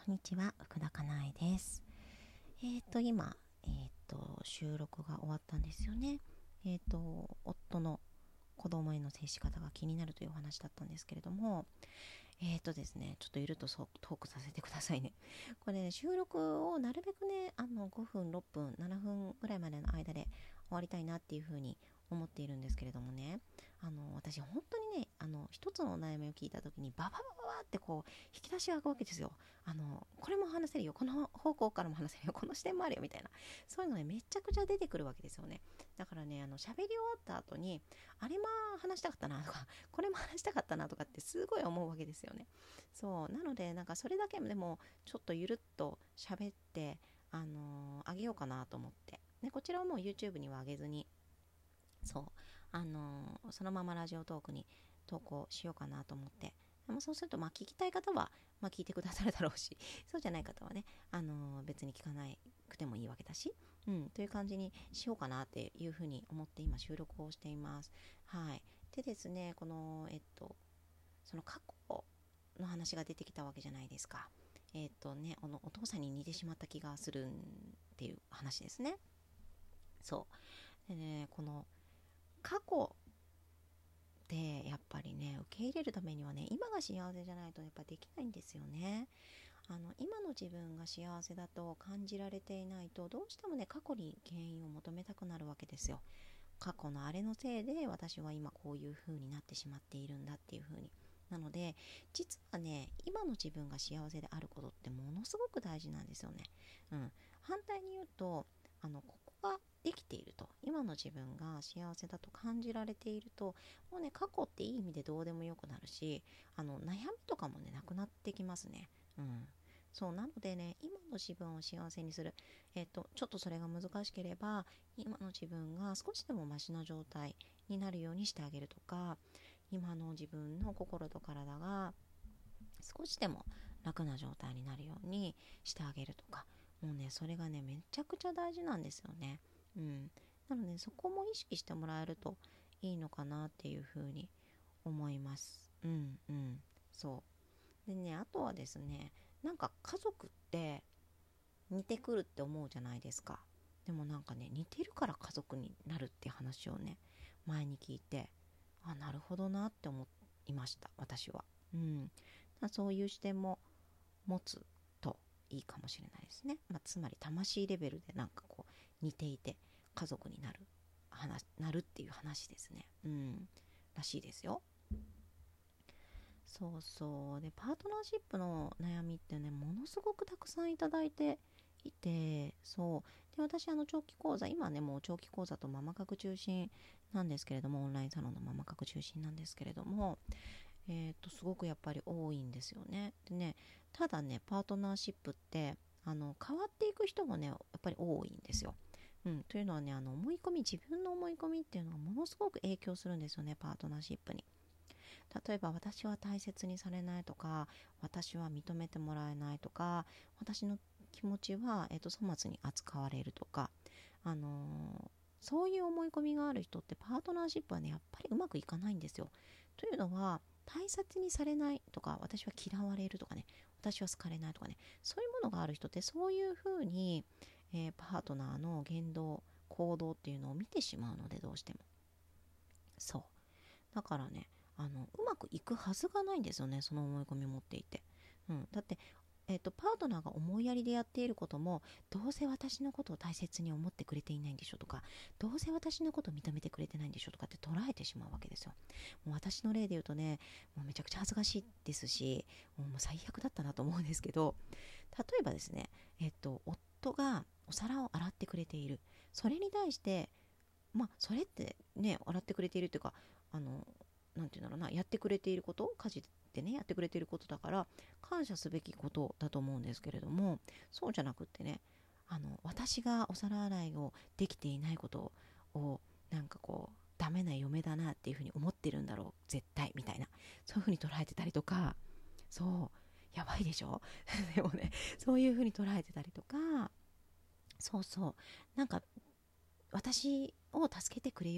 こんにちは、福田かなえです。今、収録が終わったんですよね。夫の子供への接し方が気になるというお話だったんですけれども、ですね、ちょっとゆるっとトークさせてくださいね。これね、収録をなるべくね、5分、6分、7分ぐらいまでの間で終わりたいなっていうふうに思っているんですけれどもね、私本当にね、一つのお悩みを聞いた時にバババババってこう引き出しが開くわけですよ。これも話せるよ、この方向からも話せるよ、この視点もあるよみたいな、そういうのねめちゃくちゃ出てくるわけですよね。だからね、喋り終わった後にあれも話したかったなとか、これも話したかったなとかってすごい思うわけですよね。そうなので、なんかそれだけでもちょっとゆるっと喋ってあげようかなと思って、でこちらをもう YouTube には上げずに、そうそのままラジオトークに投稿しようかなと思って、そうすると聞きたい方は、聞いてくださるだろうし、そうじゃない方はね、別に聞かなくてもいいわけだし、という感じにしようかなっていうふうに思って今収録をしています。はい。でですね、その過去の話が出てきたわけじゃないですか。お父さんに似てしまった気がするっていう話ですね。そうでね、この過去でやっぱりね、受け入れるためにはね、今が幸せじゃないとやっぱできないんですよね。今の自分が幸せだと感じられていないと、どうしてもね、過去に原因を求めたくなるわけですよ。過去のあれのせいで私は今こういう風になってしまっているんだっていう風に。なので、実はね、今の自分が幸せであることってものすごく大事なんですよね。反対に言うと、ここができていると、今の自分が幸せだと感じられていると、もうね、過去っていい意味でどうでもよくなるし、悩みとかもね、なくなってきますね。そうなのでね、今の自分を幸せにする、ちょっとそれが難しければ、今の自分が少しでもマシな状態になるようにしてあげるとか、今の自分の心と体が少しでも楽な状態になるようにしてあげるとか、もうね、それがね、めちゃくちゃ大事なんですよね。なので、そこも意識してもらえるといいのかなっていうふうに思います。そうでね、あとはですね、なんか家族って似てくるって思うじゃないですか。でもなんかね、似てるから家族になるって話をね、前に聞いて、なるほどなって思いました、私は。そういう視点も持つといいかもしれないですね。つまり魂レベルでなんかこう似ていて家族になるっていう話ですね。らしいですよ。そうそう。で、パートナーシップの悩みってね、ものすごくたくさんいただいていて、そう。で、私、長期講座、今ね、もう長期講座とママ学中心なんですけれども、オンラインサロンのママ学中心なんですけれども、すごくやっぱり多いんですよね。でね、ただね、パートナーシップって、変わっていく人もね、やっぱり多いんですよ。というのはね、自分の思い込みっていうのがものすごく影響するんですよね、パートナーシップに。例えば、私は大切にされないとか、私は認めてもらえないとか、私の気持ちは、粗末に扱われるとか、あのーそういう思い込みがある人ってパートナーシップはね、やっぱりうまくいかないんですよ。というのは、大切にされないとか、私は嫌われるとかね、私は好かれないとかね、そういうものがある人ってそういうふうに、パートナーの言動行動っていうのを見てしまうので、どうしても。そうだからね、うまくいくはずがないんですよね、その思い込みを持っていて。だって、パートナーが思いやりでやっていることも、どうせ私のことを大切に思ってくれていないんでしょとか、どうせ私のことを認めてくれてないんでしょとかって捉えてしまうわけですよ。もう私の例で言うとね、もうめちゃくちゃ恥ずかしいですし、もう最悪だったなと思うんですけど、例えばですね、夫がお皿を洗ってくれている。それに対して、それってね、洗ってくれているというか、なんていうんだろうな、やってくれていること、家事でね、やってくれていることだから、感謝すべきことだと思うんですけれども、そうじゃなくってね、私がお皿洗いをできていないことを、なんかこう、ダメな嫁だなっていうふうに思ってるんだろう、絶対、みたいな、そういうふうに捉えてたりとか、そう、やばいでしょでもね、そういうふうに捉えてたりとか、そうそう、なんか私を助けてくれようっ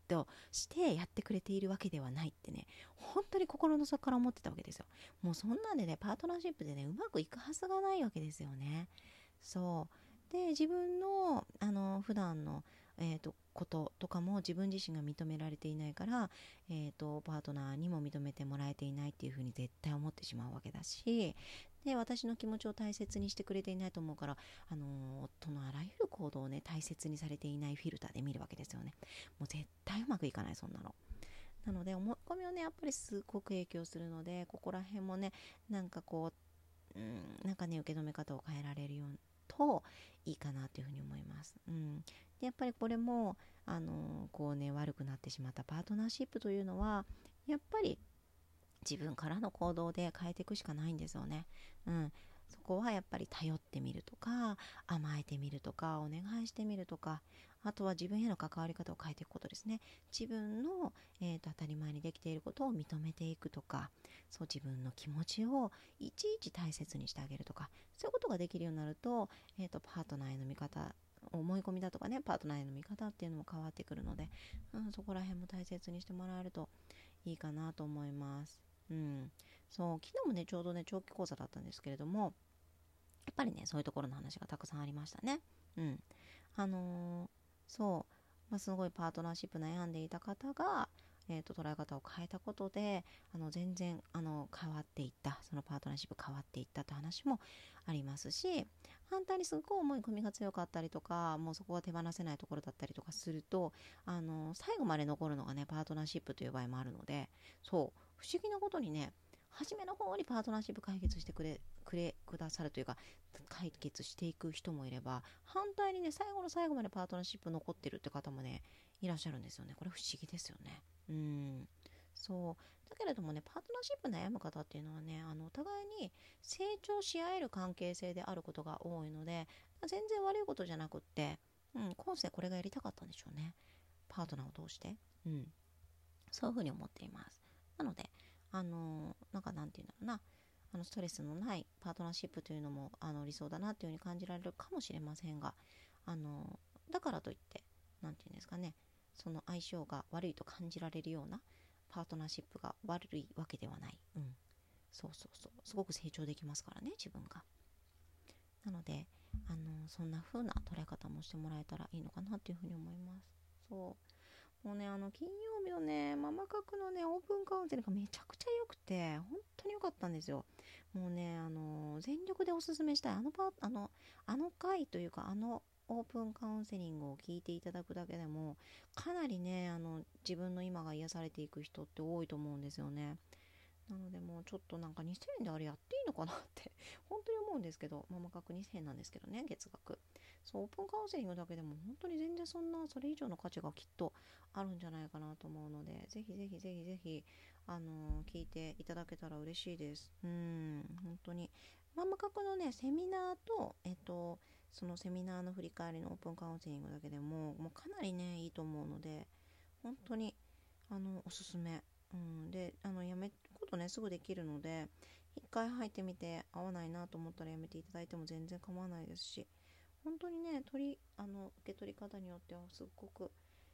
としてやってくれているわけではないってね、本当に心の底から思ってたわけですよ。もうそんなんでね、パートナーシップでね、うまくいくはずがないわけですよね。そうで、自分の普段のこととかも自分自身が認められていないから、パートナーにも認めてもらえていないっていうふうに絶対思ってしまうわけだし、で私の気持ちを大切にしてくれていないと思うから、夫のあらゆる行動をね、大切にされていないフィルターで見るわけですよね。もう絶対うまくいかない、そんなの。なので思い込みはね、やっぱりすごく影響するので、ここら辺もね、なんかこう、なんかね、受け止め方を変えられるようといいかなというふうに思います。でやっぱりこれもこうね、悪くなってしまったパートナーシップというのは、やっぱり自分からの行動で変えていくしかないんですよね。そこはやっぱり頼ってみるとか、甘えてみるとか、お願いしてみるとか、あとは自分への関わり方を変えていくことですね。自分の、当たり前にできていることを認めていくとか、そう自分の気持ちをいちいち大切にしてあげるとか、そういうことができるようになると、パートナーへの見方、思い込みだとかね、パートナーへの見方っていうのも変わってくるので、そこら辺も大切にしてもらえるといいかなと思います。そう昨日もね、ちょうどね、長期講座だったんですけれども、やっぱりね、そういうところの話がたくさんありましたね。あのーそう、すごいパートナーシップ悩んでいた方が、捉え方を変えたことで、全然変わっていった、そのパートナーシップ変わっていったという話もありますし、反対にすごい思い込みが強かったりとか、もうそこは手放せないところだったりとかすると、最後まで残るのがね、パートナーシップという場合もあるので、そう不思議なことにね、初めの方にパートナーシップ解決してくださるというか、解決していく人もいれば、反対にね、最後の最後までパートナーシップ残ってるって方もね、いらっしゃるんですよね。これ不思議ですよね。そうだけれどもね、パートナーシップ悩む方っていうのはね、お互いに成長し合える関係性であることが多いので、全然悪いことじゃなくって、今世これがやりたかったんでしょうね、パートナーを通して。そういうふうに思っています。なので、なんていうんだろうな、ストレスのないパートナーシップというのも理想だなというふうに感じられるかもしれませんが、だからといって、なんていうんですかね、その相性が悪いと感じられるようなパートナーシップが悪いわけではない。そうすごく成長できますからね、自分が。なので、そんな風な捉え方もしてもらえたらいいのかなというふうに思います。もうね、金曜日のね、ママ角のね、オープンカウンセリングがめちゃくちゃ良くて、本当に良かったんですよ。もうね、全力でおすすめしたい。あの回というか、オープンカウンセリングを聞いていただくだけでも、かなりね、自分の今が癒されていく人って多いと思うんですよね。なのでもうちょっとなんか2000円であれやっていいのかなって本当に思うんですけど、ママ角2000円なんですけどね、月額。そう、オープンカウンセリングだけでも本当に全然それ以上の価値がきっとあるんじゃないかなと思うので、ぜひぜひぜひぜひ聞いていただけたら嬉しいです。本当にママ角のね、セミナーとそのセミナーの振り返りのオープンカウンセリングだけでもうかなりね、いいと思うので、本当におすすめ。でやめることね、すぐできるので、一回入ってみて合わないなと思ったらやめていただいても全然構わないですし、本当にね、受け取り方によってはすっごく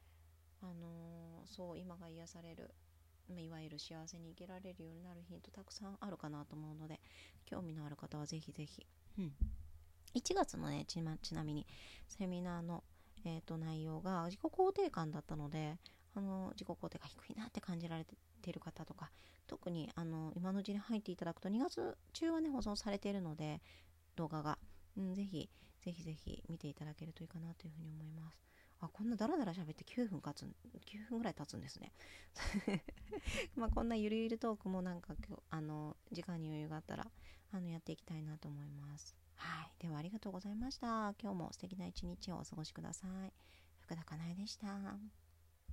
そう今が癒される、いわゆる幸せに生きられるようになるヒントたくさんあるかなと思うので、興味のある方はぜひぜひ。1月のね、ちなみにセミナーの、内容が自己肯定感だったので、自己肯定が低いなって感じられている方とか、特に今のうちに入っていただくと2月中はね、保存されているので、動画が、ぜひぜひぜひ見ていただけるといいかなというふうに思います。こんなダラダラ喋って9分ぐらい経つんですねこんなゆるゆるトークもなんか時間に余裕があったらやっていきたいなと思います。はい、ではありがとうございました。今日も素敵な一日をお過ごしください。福田かなえでした。